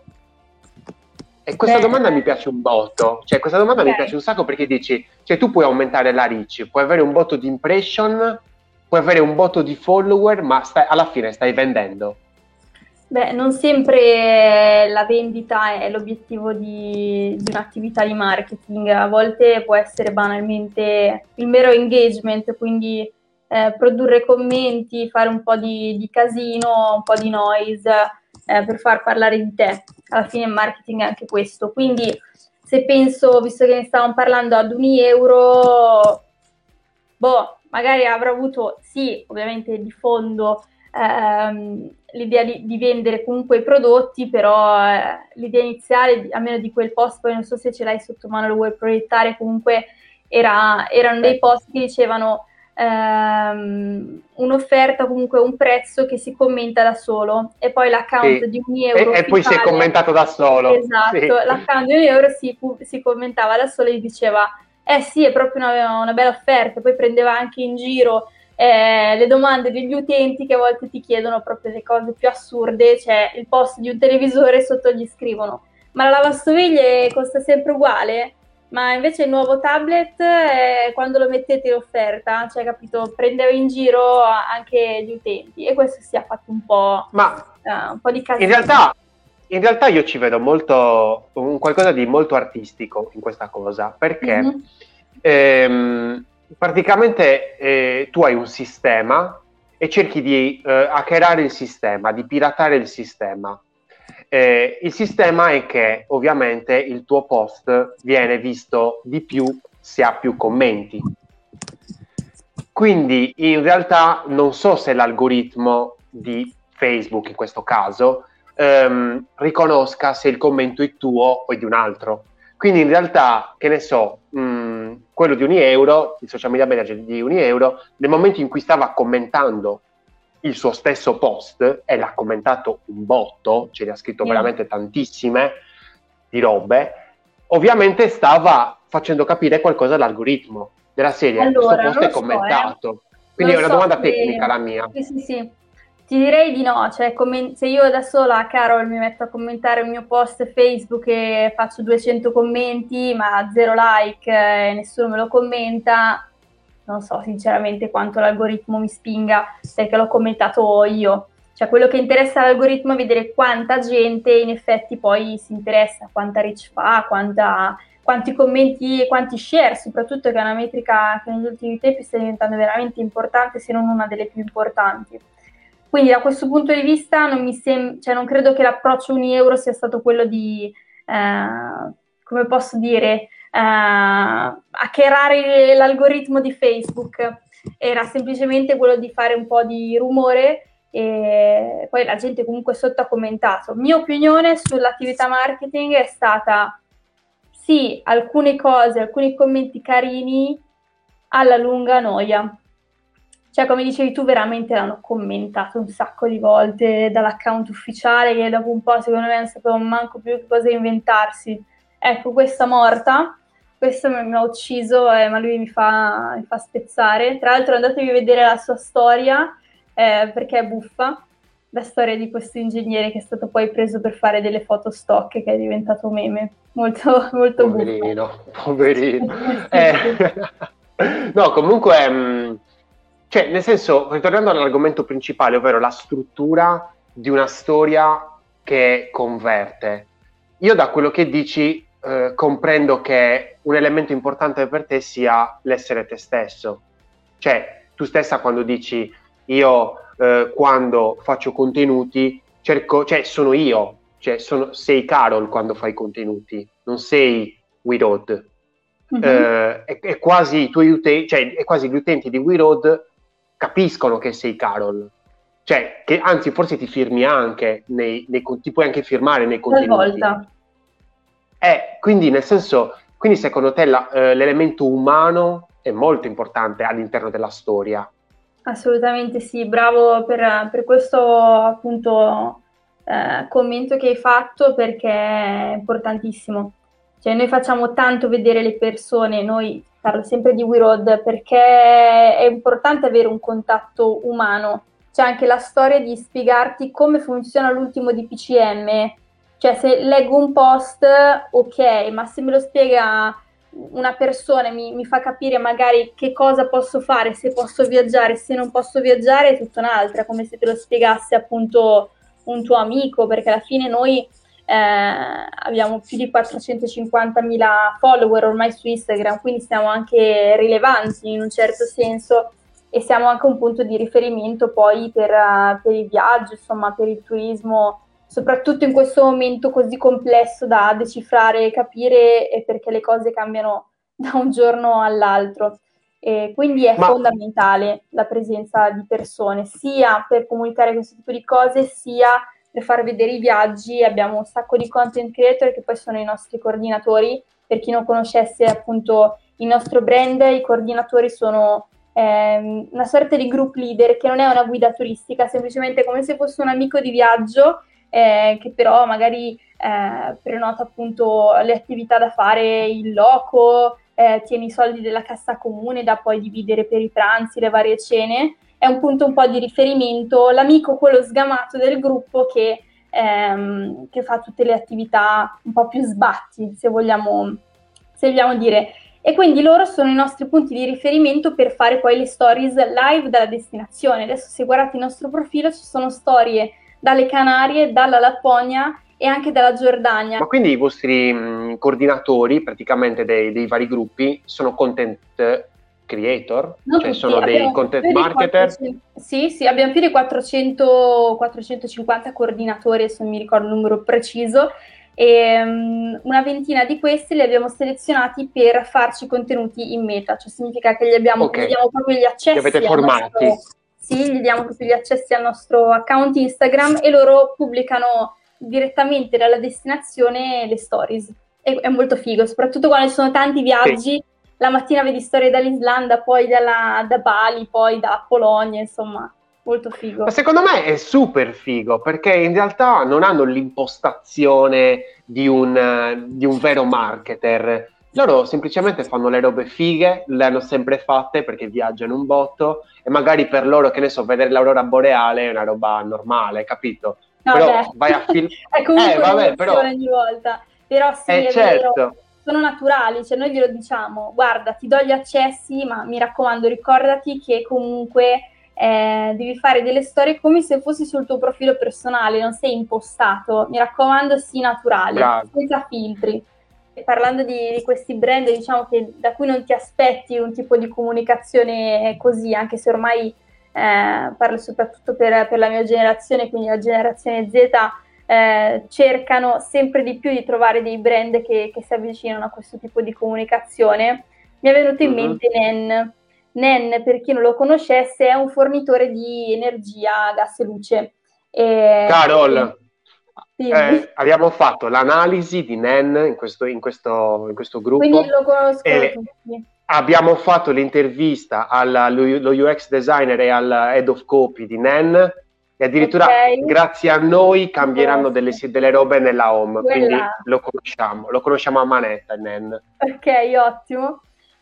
E questa Beh, domanda mi piace un botto, cioè questa domanda ok. mi piace un sacco perché dici, cioè tu puoi aumentare la reach, puoi avere un botto di impression, puoi avere un botto di follower, ma stai, alla fine stai vendendo. Beh, non sempre la vendita è l'obiettivo di, di un'attività di marketing, a volte può essere banalmente il mero engagement, quindi eh, produrre commenti, fare un po' di, di casino, un po' di noise eh, per far parlare di te. Alla fine il marketing è anche questo. Quindi se penso, visto che ne stavamo parlando, ad un euro, boh, magari avrà avuto, sì, ovviamente di fondo ehm, l'idea di, di vendere comunque i prodotti, però eh, l'idea iniziale, almeno di quel post, poi non so se ce l'hai sotto mano, lo vuoi proiettare, comunque era, erano dei Certo. post che dicevano ehm, un'offerta, comunque un prezzo che si commenta da solo e poi l'account Sì, di un e, euro e poi si è ufficiale, commentato da solo. esatto, Sì. l'account di un euro si, si commentava da solo e diceva eh sì, è proprio una, una bella offerta, poi prendeva anche in giro eh, le domande degli utenti che a volte ti chiedono proprio le cose più assurde, cioè il post di un televisore sotto gli scrivono ma la lavastoviglie costa sempre uguale? Ma invece il nuovo tablet eh, quando lo mettete in offerta, cioè capito, prendeva in giro anche gli utenti e questo si è fatto un po', Ma eh, un po' di in casino. realtà, in realtà io ci vedo molto, un qualcosa di molto artistico in questa cosa, perché Mm-hmm. ehm, praticamente eh, tu hai un sistema e cerchi di eh, hackerare il sistema, di piratare il sistema. Eh, il sistema è che ovviamente il tuo post viene visto di più se ha più commenti. Quindi in realtà non so se l'algoritmo di Facebook in questo caso ehm, riconosca se il commento è tuo o di un altro. Quindi in realtà, che ne so, mh, quello di un euro, il social media manager di un euro, nel momento in cui stava commentando il suo stesso post, e l'ha commentato un botto, ce ne ha scritto Yeah. veramente tantissime di robe, ovviamente stava facendo capire qualcosa all'algoritmo della serie, questo Allora, non post è lo so, eh. commentato. Quindi Non è una so domanda tecnica se... la mia. Sì, sì, sì. Ti direi di no, cioè come- se io da sola, Carol, mi metto a commentare il mio post Facebook e faccio duecento commenti, ma zero like eh, e nessuno me lo commenta, non so sinceramente quanto l'algoritmo mi spinga perché l'ho commentato io. Cioè quello che interessa all'algoritmo è vedere quanta gente in effetti poi si interessa, quanta reach fa, quanta quanti commenti e quanti share, soprattutto che è una metrica che negli ultimi tempi sta diventando veramente importante, se non una delle più importanti. Quindi da questo punto di vista non, mi sem- cioè, non credo che l'approccio un euro sia stato quello di, eh, come posso dire, eh, hackerare l'algoritmo di Facebook, era semplicemente quello di fare un po' di rumore e poi la gente comunque sotto ha commentato. Mia opinione sull'attività marketing è stata sì, alcune cose, alcuni commenti carini, alla lunga noia. Cioè, come dicevi tu, veramente l'hanno commentato un sacco di volte dall'account ufficiale che dopo un po', secondo me, non sapevano manco più che cosa inventarsi. Ecco, questa morta, questo mi, mi ha ucciso, eh, ma lui mi fa, mi fa spezzare. Tra l'altro andatevi a vedere la sua storia, eh, perché è buffa. La storia di questo ingegnere che è stato poi preso per fare delle foto stock che è diventato meme. Molto, molto buffa. Poverino, poverino. Sì, Eh, sì. no, comunque, mh, cioè, nel senso, ritornando all'argomento principale, ovvero la struttura di una storia che converte. Io da quello che dici eh, comprendo che un elemento importante per te sia l'essere te stesso. Cioè, tu stessa quando dici io eh, quando faccio contenuti cerco, cioè sono io, cioè sono, sei Carol quando fai contenuti, non sei We Road. Mhm. Eh, è, è quasi i tuoi utenti, cioè è quasi gli utenti di We Road capiscono che sei Carol. Cioè, che anzi forse ti firmi anche nei, nei, ti puoi anche firmare nei contenuti. Talvolta. Eh, quindi nel senso, quindi secondo te la, eh, l'elemento umano è molto importante all'interno della storia. Assolutamente sì, bravo per, per questo appunto eh, commento che hai fatto perché è importantissimo. Cioè noi facciamo tanto vedere le persone, noi parlo sempre di We Road perché è importante avere un contatto umano. C'è anche la storia di spiegarti come funziona l'ultimo D P C M. Cioè se leggo un post, ok, ma se me lo spiega una persona, mi, mi fa capire magari che cosa posso fare, se posso viaggiare, se non posso viaggiare, è tutta un'altra, come se te lo spiegasse appunto un tuo amico, perché alla fine noi eh, abbiamo più di quattrocentocinquantamila follower ormai su Instagram, quindi siamo anche rilevanti in un certo senso e siamo anche un punto di riferimento poi per, uh, per i viaggi, insomma per il turismo, soprattutto in questo momento così complesso da decifrare e capire e perché le cose cambiano da un giorno all'altro. E quindi è Ma fondamentale la presenza di persone, sia per comunicare questo tipo di cose, sia per far vedere i viaggi. Abbiamo un sacco di content creator che poi sono i nostri coordinatori. Per chi non conoscesse appunto il nostro brand, i coordinatori sono ehm, una sorta di group leader che non è una guida turistica, semplicemente come se fosse un amico di viaggio eh, che però magari eh, prenota appunto le attività da fare in loco, eh, tiene i soldi della cassa comune da poi dividere per i pranzi, le varie cene. È un punto un po' di riferimento, l'amico quello sgamato del gruppo che, ehm, che fa tutte le attività un po' più sbatti, se vogliamo, se vogliamo dire. E quindi loro sono i nostri punti di riferimento per fare poi le stories live dalla destinazione. Adesso se guardate il nostro profilo ci sono storie dalle Canarie, dalla Lapponia e anche dalla Giordania. Ma quindi i vostri mh, coordinatori praticamente dei, dei vari gruppi sono content creator? Non Cioè tutti, sono dei content marketer? quattrocento, sì, sì, abbiamo più di quattrocento, quattrocentocinquanta coordinatori, se non mi ricordo il numero preciso, e um, una ventina di questi li abbiamo selezionati per farci contenuti in meta, cioè significa che gli, abbiamo, Okay. gli diamo proprio gli accessi Li avete al formati? nostro, sì, gli diamo proprio gli accessi al nostro account Instagram e loro pubblicano direttamente dalla destinazione le stories. È, è molto figo, soprattutto quando ci sono tanti viaggi. Sì. La mattina vedi storie dall'Islanda, poi dalla, da Bali, poi da Polonia, insomma, molto figo. Ma secondo me è super figo, perché in realtà non hanno l'impostazione di un, di un vero marketer. Loro semplicemente fanno le robe fighe, le hanno sempre fatte perché viaggiano un botto e magari per loro, che ne so, vedere l'aurora boreale è una roba normale, capito? No, però beh. vai a film... È comunque eh, vabbè, però... ogni volta. Però sì, eh, è certo. vero, sono naturali, cioè noi glielo diciamo, guarda, ti do gli accessi, ma mi raccomando, ricordati che comunque eh, devi fare delle storie come se fossi sul tuo profilo personale, non sei impostato, mi raccomando, sii naturale, Bravo. senza filtri. E parlando di, di questi brand, diciamo che da cui non ti aspetti un tipo di comunicazione così, anche se ormai eh, parlo soprattutto per, per la mia generazione, quindi la generazione Z, Eh, cercano sempre di più di trovare dei brand che, che si avvicinano a questo tipo di comunicazione. Mi è venuto in Mm-hmm. mente Nen. Nen, per chi non lo conoscesse, è un fornitore di energia, gas e luce. E, Carol, sì, eh, abbiamo fatto l'analisi di Nen in questo, in questo, in questo gruppo. quindi lo conoscono e tutti. Abbiamo fatto l'intervista allo U X designer e al head of copy di Nen. E addirittura Okay. grazie a noi cambieranno delle, delle robe nella home, Quella. quindi lo conosciamo, lo conosciamo a manetta, Nen. Ok, ottimo.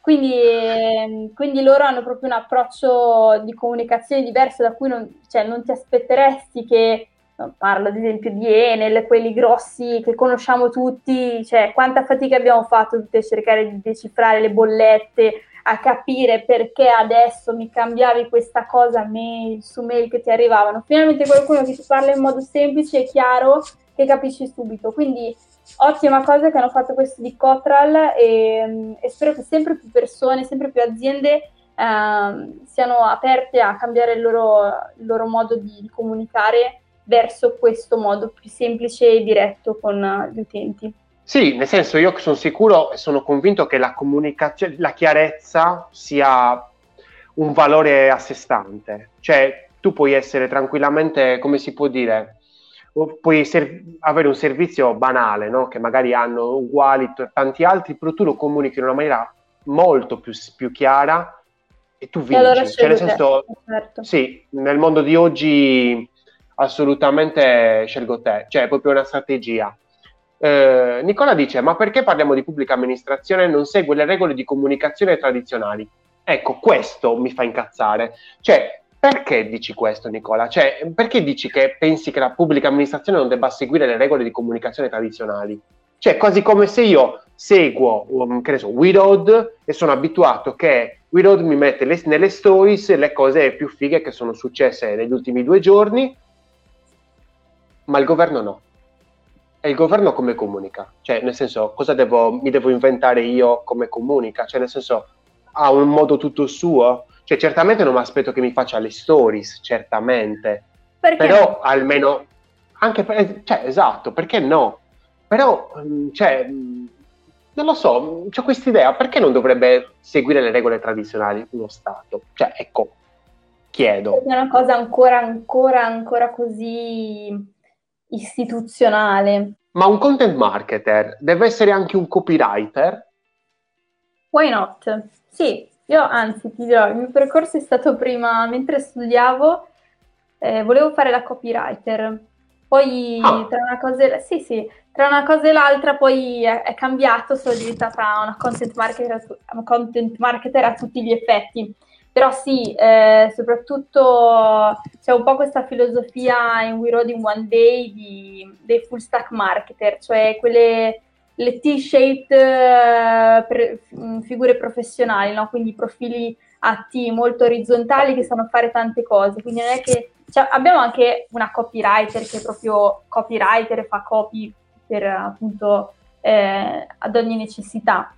Quindi, quindi loro hanno proprio un approccio di comunicazione diverso da cui non, cioè, non ti aspetteresti che, parlo ad esempio di Enel, quelli grossi che conosciamo tutti, cioè quanta fatica abbiamo fatto per cercare di decifrare le bollette, a capire perché adesso mi cambiavi questa cosa mail su mail che ti arrivavano. Finalmente qualcuno che ti parla in modo semplice e chiaro che capisci subito. Quindi ottima cosa che hanno fatto questo di Cotral e, e spero che sempre più persone, sempre più aziende eh, siano aperte a cambiare il loro, il loro modo di, di comunicare verso questo modo più semplice e diretto con gli utenti. Sì, nel senso, io sono sicuro e sono convinto che la comunicazione, la chiarezza sia un valore a sé stante. Cioè, tu puoi essere tranquillamente, come si può dire, puoi ser- avere un servizio banale, no? Che magari hanno uguali t- tanti altri, però tu lo comunichi in una maniera molto più, più chiara e tu vinci. E allora cioè, nel te, senso, certo. Sì, nel mondo di oggi assolutamente scelgo te, cioè è proprio una strategia. eh, Nicola dice, ma perché parliamo di pubblica amministrazione e non segue le regole di comunicazione tradizionali? Ecco, questo mi fa incazzare. Cioè, perché dici questo, Nicola? Cioè, perché dici che pensi che la pubblica amministrazione non debba seguire le regole di comunicazione tradizionali? Cioè, quasi come se io seguo, um, che ne so, We Road e sono abituato che We Road mi mette le, nelle stories le cose più fighe che sono successe negli ultimi due giorni, ma il governo no. E il governo come comunica? Cioè, nel senso, cosa devo, mi devo inventare io come comunica? Cioè, nel senso, ha un modo tutto suo? Cioè, certamente non mi aspetto che mi faccia le stories, certamente. Perché Però no? almeno, anche per, cioè, esatto, perché no? Però, mh, cioè, mh, non lo so, c'ho quest'idea, perché non dovrebbe seguire le regole tradizionali uno Stato? Cioè, ecco, chiedo. Perché è una cosa ancora, ancora, ancora così istituzionale. Ma un content marketer deve essere anche un copywriter? Why not? Sì, io anzi ti dirò, il mio percorso è stato prima, mentre studiavo, eh, volevo fare la copywriter, poi Ah, tra una cosa e, sì, sì, tra una cosa e l'altra poi è, è cambiato, sono diventata una content marketer, a tu- una content marketer a tutti gli effetti. Però sì, eh, soprattutto c'è un po' questa filosofia in We Road in One Day di, dei full stack marketer, cioè quelle le T-shaped eh, pre- figure professionali, no? Quindi profili a T molto orizzontali che sanno fare tante cose. Quindi non è che cioè, abbiamo anche una copywriter che è proprio copywriter e fa copy per appunto eh, ad ogni necessità.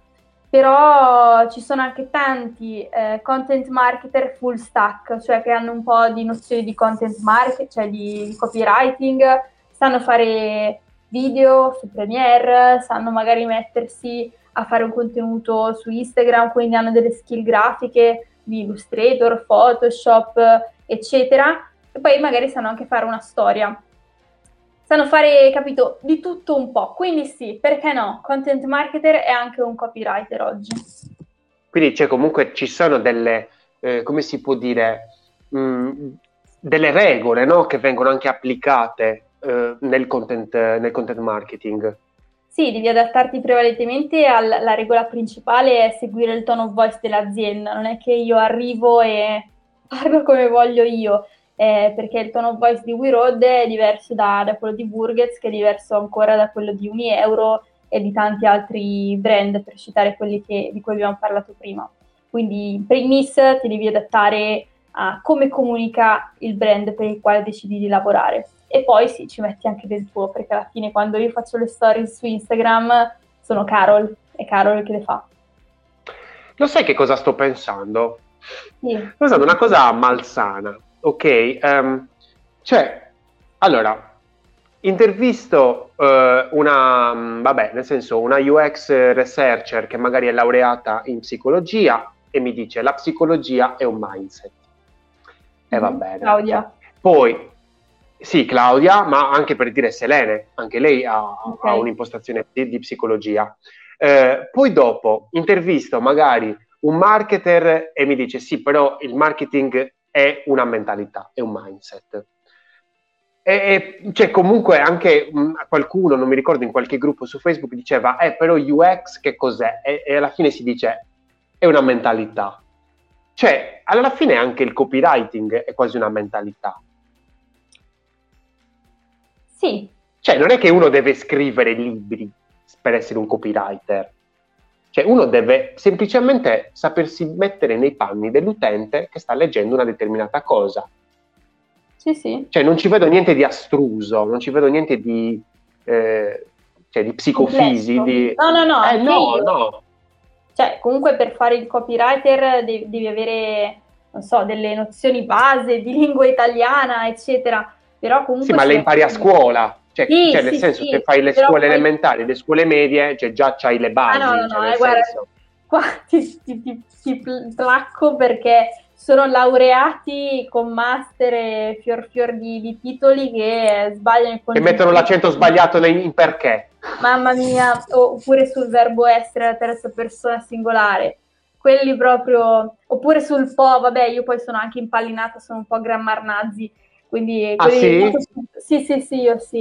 Però ci sono anche tanti eh, content marketer full stack, cioè che hanno un po' di nozioni di content market, cioè di, di copywriting, sanno fare video su Premiere, sanno magari mettersi a fare un contenuto su Instagram, quindi hanno delle skill grafiche di Illustrator, Photoshop, eccetera, e poi magari sanno anche fare una storia. Sanno fare, capito, di tutto un po'. Quindi sì, perché no? Content marketer è anche un copywriter oggi. quindi cioè, comunque ci sono delle, eh, come si può dire, mh, delle regole, no? Che vengono anche applicate eh, nel content, nel content marketing. Sì, devi adattarti prevalentemente alla la regola principale è seguire il tone of voice dell'azienda, non è che io arrivo e parlo come voglio io, eh, perché il tone of voice di We Road è diverso da, da quello di Burgers, che è diverso ancora da quello di Unieuro e di tanti altri brand, per citare quelli che- di cui abbiamo parlato prima. Quindi, in primis, ti devi adattare a come comunica il brand per il quale decidi di lavorare. E poi sì, ci metti anche del tuo, perché alla fine quando io faccio le stories su Instagram sono Carol, è Carol che le fa. Lo sai che cosa sto pensando? Sì, Sto pensando una cosa malsana, ok? Ehm, cioè, allora, intervisto eh, una, mh, vabbè, nel senso, una U X researcher che magari è laureata in psicologia e mi dice la psicologia è un mindset. E va mhm. bene. Claudia, Poi, sì, Claudia, ma anche per dire Selene, anche lei ha, ok. ha un'impostazione di, di psicologia. Eh, poi dopo intervisto magari un marketer e mi dice sì, però il marketing è una mentalità, è un mindset. E, e cioè, comunque anche mh, qualcuno, non mi ricordo, in qualche gruppo su Facebook diceva, eh, però U X che cos'è? E, e alla fine si dice, è una mentalità. Cioè, alla fine anche il copywriting è quasi una mentalità. Sì, Cioè, non è che uno deve scrivere libri per essere un copywriter. Cioè, uno deve semplicemente sapersi mettere nei panni dell'utente che sta leggendo una determinata cosa. sì, sì, Cioè, non ci vedo niente di astruso, non ci vedo niente di, eh, cioè, di psicofisi, complesso. di... No, no, no, Eh, anche no, io. no. Cioè, comunque per fare il copywriter devi, devi avere, non so, delle nozioni base di lingua italiana, eccetera. Però Sì, comunque ma ci le impari a metti... scuola. Cioè, Sì, cioè, nel sì, senso, se sì, fai le però scuole poi... elementari, le scuole medie, cioè, già c'hai le Ah no, no, basi, cioè, no, eh, nel guarda, senso... qua ti, ti, ti, ti pl- placco perché sono laureati con master e fior fior di, di titoli che sbagliano il Che mettono congiuntivo. l'accento sbagliato nei- in perché. Mamma mia, oppure sul verbo essere la terza persona singolare. Quelli proprio, oppure sul po', vabbè, io poi sono anche impallinata, sono un po' grammar nazi, quindi Ah quelli sì? molto... Sì, sì, sì, io sì.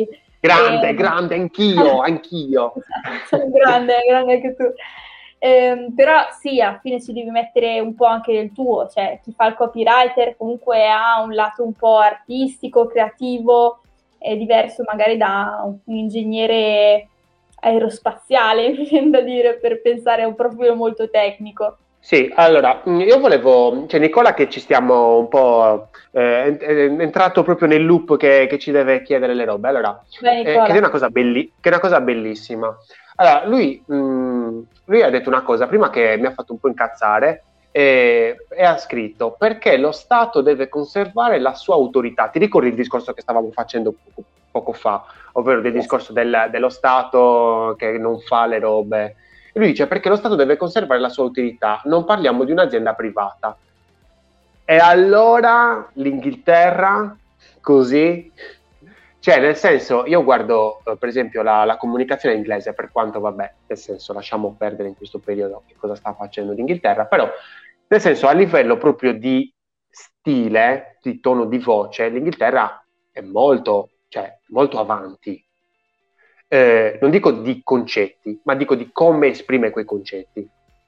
Grande, E... grande, anch'io, anch'io. Esatto, grande, grande anche tu. Eh, però sì, alla fine ci devi mettere un po' anche del tuo, cioè chi fa il copywriter comunque ha un lato un po' artistico, creativo, è diverso magari da un ingegnere aerospaziale, mi viene da dire, per pensare a un profilo molto tecnico. Sì, allora, io volevo, cioè Nicola che ci stiamo un po', eh, è, è entrato proprio nel loop che, che ci deve chiedere le robe, allora, Beh, eh, che è Nicola. una cosa, belli, che è una cosa bellissima. Allora, lui, mh, lui ha detto una cosa, prima che mi ha fatto un po' incazzare, e, e ha scritto, perché lo Stato deve conservare la sua autorità. Ti ricordi il discorso che stavamo facendo poco, poco fa, ovvero del discorso del, dello Stato che non fa le robe? E lui dice perché lo Stato deve conservare la sua utilità, non parliamo di un'azienda privata. E allora l'Inghilterra, così, cioè nel senso, io guardo eh, per esempio la, la comunicazione inglese, per quanto vabbè, nel senso lasciamo perdere in questo periodo che cosa sta facendo l'Inghilterra, però nel senso a livello proprio di stile, di tono di voce, l'Inghilterra è molto, cioè, molto avanti. Eh, non dico di concetti, ma dico di come esprime quei concetti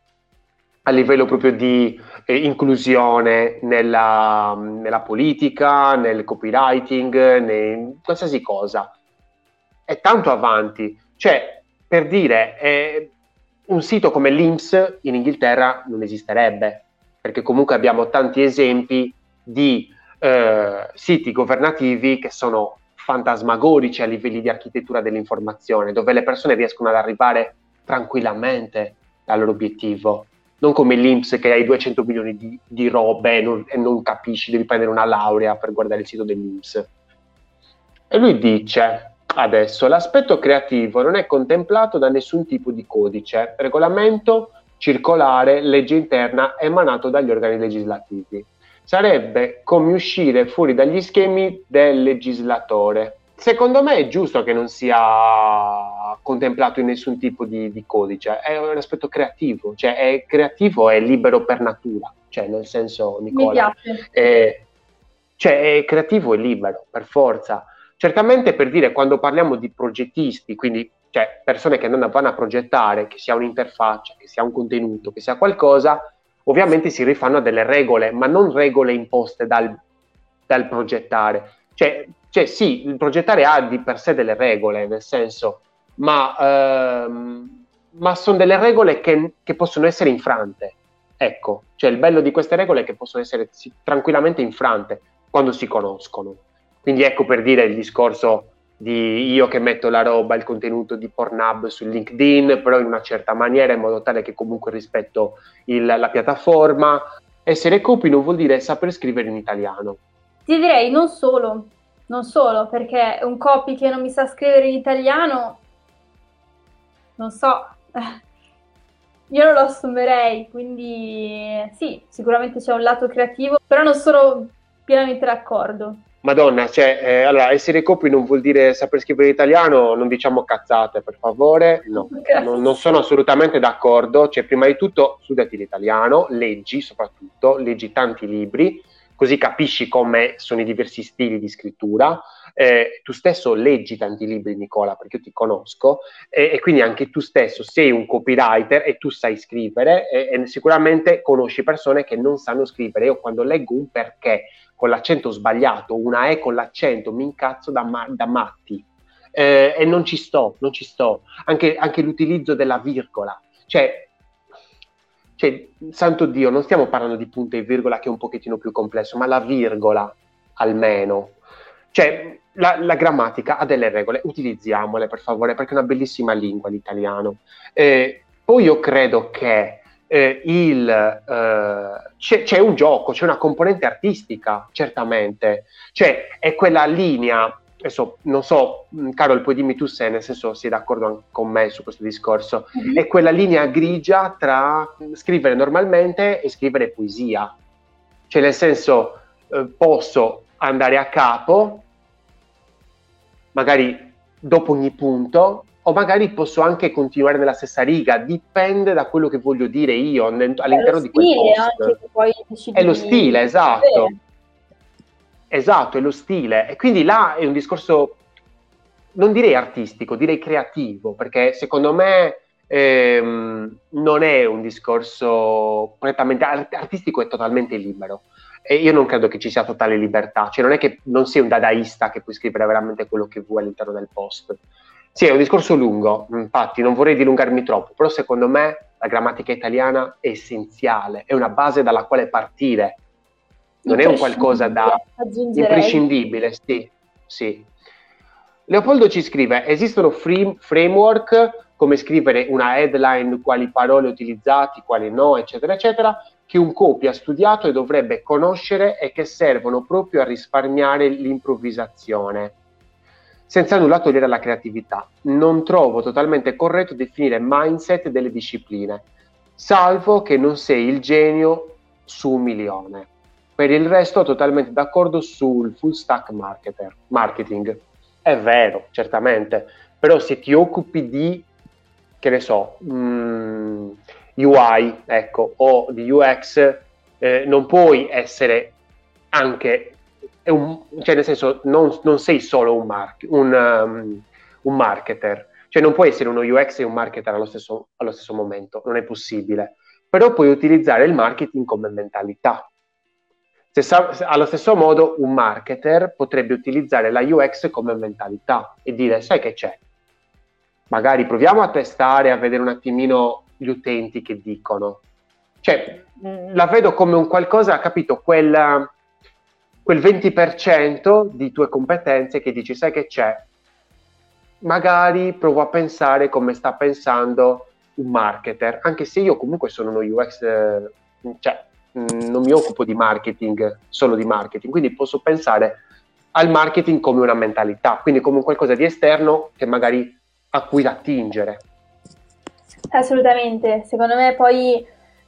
a livello proprio di eh, inclusione nella, nella politica, nel copywriting, in qualsiasi cosa. È tanto avanti. Cioè, per dire, eh, un sito come l'I N P S in Inghilterra non esisterebbe, perché comunque abbiamo tanti esempi di eh, siti governativi che sono fantasmagorici a livelli di architettura dell'informazione, dove le persone riescono ad arrivare tranquillamente al loro obiettivo. Non come l'I N P S che hai duecento milioni di, di robe e non, e non capisci, devi prendere una laurea per guardare il sito dell'I N P S. E lui dice, adesso, l'aspetto creativo non è contemplato da nessun tipo di codice, regolamento, circolare, legge interna emanato dagli organi legislativi. Sarebbe come uscire fuori dagli schemi del legislatore. Secondo me è giusto che non sia contemplato in nessun tipo di, di codice, è un aspetto creativo, cioè è creativo e libero per natura, cioè nel senso, Nicola, Mi piace. è, cioè è creativo e libero, per forza. Certamente per dire, quando parliamo di progettisti, quindi cioè persone che non vanno a progettare, che sia un'interfaccia, che sia un contenuto, che sia qualcosa, ovviamente si rifanno a delle regole, ma non regole imposte dal, dal progettare. Cioè, cioè sì, il progettare ha di per sé delle regole, nel senso, ma, ehm, ma sono delle regole che, che possono essere infrante. Ecco, cioè il bello di queste regole è che possono essere sì, tranquillamente infrante quando si conoscono. Quindi ecco per dire il discorso di io che metto la roba, il contenuto di Pornhub su LinkedIn, però in una certa maniera, in modo tale che comunque rispetto il, la piattaforma. Essere copy non vuol dire saper scrivere in italiano. Ti direi non solo, non solo, perché un copy che non mi sa scrivere in italiano, non so, io non lo assumerei, quindi sì, sicuramente c'è un lato creativo, però non sono pienamente d'accordo. Madonna, cioè, eh, allora, essere copy non vuol dire saper scrivere in italiano, non diciamo cazzate, per favore, no, non, non sono assolutamente d'accordo, cioè, prima di tutto, studiati l'italiano, leggi soprattutto, leggi tanti libri, così capisci come sono i diversi stili di scrittura, eh, tu stesso leggi tanti libri, Nicola, perché io ti conosco, e, e quindi anche tu stesso sei un copywriter e tu sai scrivere, e, e sicuramente conosci persone che non sanno scrivere. Io quando leggo un perché con l'accento sbagliato, una E con l'accento, mi incazzo da, ma- da matti. Eh, e non ci sto, non ci sto. Anche, anche l'utilizzo della virgola. Cioè, cioè, santo Dio, non stiamo parlando di punto e virgola che è un pochettino più complesso, ma la virgola, almeno. Cioè, la, la grammatica ha delle regole, utilizziamole per favore, perché è una bellissima lingua l'italiano. Eh, poi io credo che Eh, il, eh, c'è, c'è un gioco, c'è una componente artistica, certamente, cioè è quella linea, adesso non so, Carol, puoi dimmi tu se nel senso sei d'accordo anche con me su questo discorso, Mm-hmm. è quella linea grigia tra scrivere normalmente e scrivere poesia, cioè nel senso eh, posso andare a capo, magari dopo ogni punto, o magari posso anche continuare nella stessa riga, dipende da quello che voglio dire io all'interno di quel post. Anche che poi è lo stile, esatto. Beh. Esatto, è lo stile. E quindi là è un discorso non direi artistico, direi creativo, perché secondo me ehm, non è un discorso prettamente art- artistico, è totalmente libero. E io non credo che ci sia totale libertà, cioè non è che non sei un dadaista che puoi scrivere veramente quello che vuoi all'interno del post. Sì, è un discorso lungo, infatti non vorrei dilungarmi troppo, però secondo me la grammatica italiana è essenziale, è una base dalla quale partire, non è un qualcosa da aggiungerei. imprescindibile, sì, sì. Leopoldo ci scrive: esistono free framework come scrivere una headline, quali parole utilizzati, quali no, eccetera, eccetera, che un copy ha studiato e dovrebbe conoscere e che servono proprio a risparmiare l'improvvisazione, senza nulla togliere alla creatività. Non trovo totalmente corretto definire mindset delle discipline, salvo che non sei il genio su un milione. Per il resto totalmente d'accordo sul full stack marketer, marketing. È vero, certamente, però se ti occupi di, che ne so, mm, U I, ecco, o di U X, eh, non puoi essere anche, un, cioè nel senso, non, non sei solo un, mar- un, um, un marketer, cioè non puoi essere uno U X e un marketer allo stesso, allo stesso momento, non è possibile, però puoi utilizzare il marketing come mentalità. Se sa, allo stesso modo un marketer potrebbe utilizzare la U X come mentalità e dire: sai che c'è? Magari proviamo a testare, a vedere un attimino gli utenti che dicono. Cioè, la vedo come un qualcosa, capito, quel, quel venti per cento di tue competenze che dici: sai che c'è? Magari provo a pensare come sta pensando un marketer, anche se io comunque sono uno U X, eh, cioè non mi occupo di marketing, solo di marketing, quindi posso pensare al marketing come una mentalità, quindi come qualcosa di esterno che magari a cui attingere. Assolutamente, secondo me poi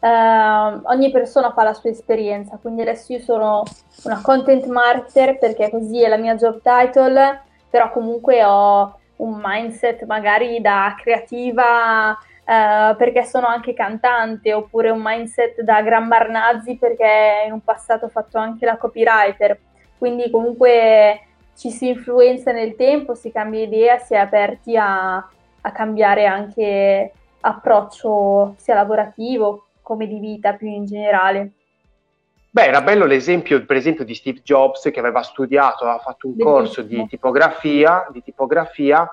eh, ogni persona fa la sua esperienza, quindi adesso io sono una content marketer perché così è la mia job title, però comunque ho un mindset magari da creativa eh, perché sono anche cantante, oppure un mindset da Gran Marnazzi perché in un passato ho fatto anche la copywriter, quindi comunque ci si influenza nel tempo, si cambia idea, si è aperti a, a cambiare anche approccio sia lavorativo come di vita più in generale. Beh, era bello l'esempio, per esempio, di Steve Jobs che aveva studiato, aveva fatto un corso di Bellissimo. tipografia, di tipografia,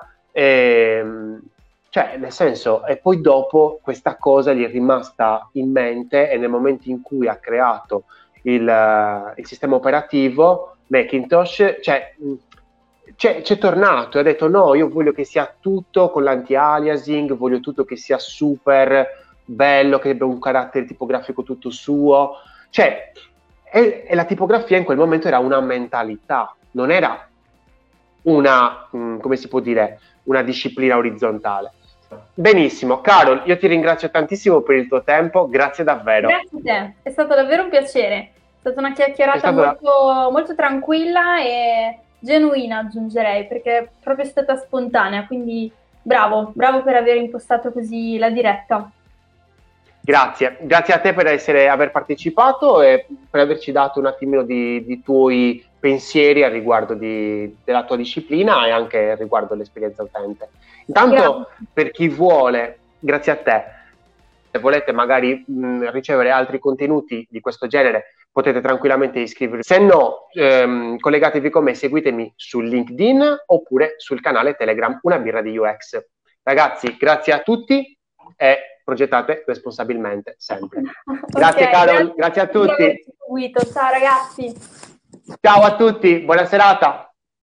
ehm, cioè nel senso, e poi dopo questa cosa gli è rimasta in mente e nel momento in cui ha creato il, eh, il sistema operativo Macintosh, cioè c'è, c'è tornato e ha detto: no, io voglio che sia tutto con l'anti-aliasing, voglio tutto che sia super bello, che abbia un carattere tipografico tutto suo. Cioè, e, e la tipografia in quel momento era una mentalità, non era una, mh, come si può dire, una disciplina orizzontale. Benissimo, Carol, io ti ringrazio tantissimo per il tuo tempo, grazie davvero. Grazie a te, è stato davvero un piacere. È stata una È chiacchierata stato da- molto, molto tranquilla e genuina, aggiungerei, perché è proprio stata spontanea, quindi bravo, bravo per aver impostato così la diretta. Grazie, grazie a te per essere, aver partecipato e per averci dato un attimino di, di tuoi pensieri a riguardo di, della tua disciplina e anche riguardo l'esperienza utente. Intanto, Grazie. per chi vuole, grazie a te, se volete magari mh, ricevere altri contenuti di questo genere, potete tranquillamente iscrivervi. Se no, ehm, collegatevi con me, seguitemi su LinkedIn oppure sul canale Telegram Una birra di U X. Ragazzi, grazie a tutti e progettate responsabilmente sempre. Grazie Ok, Carol, grazie grazie a per tutti. averci seguito. Ciao ragazzi. Ciao a tutti, buona serata.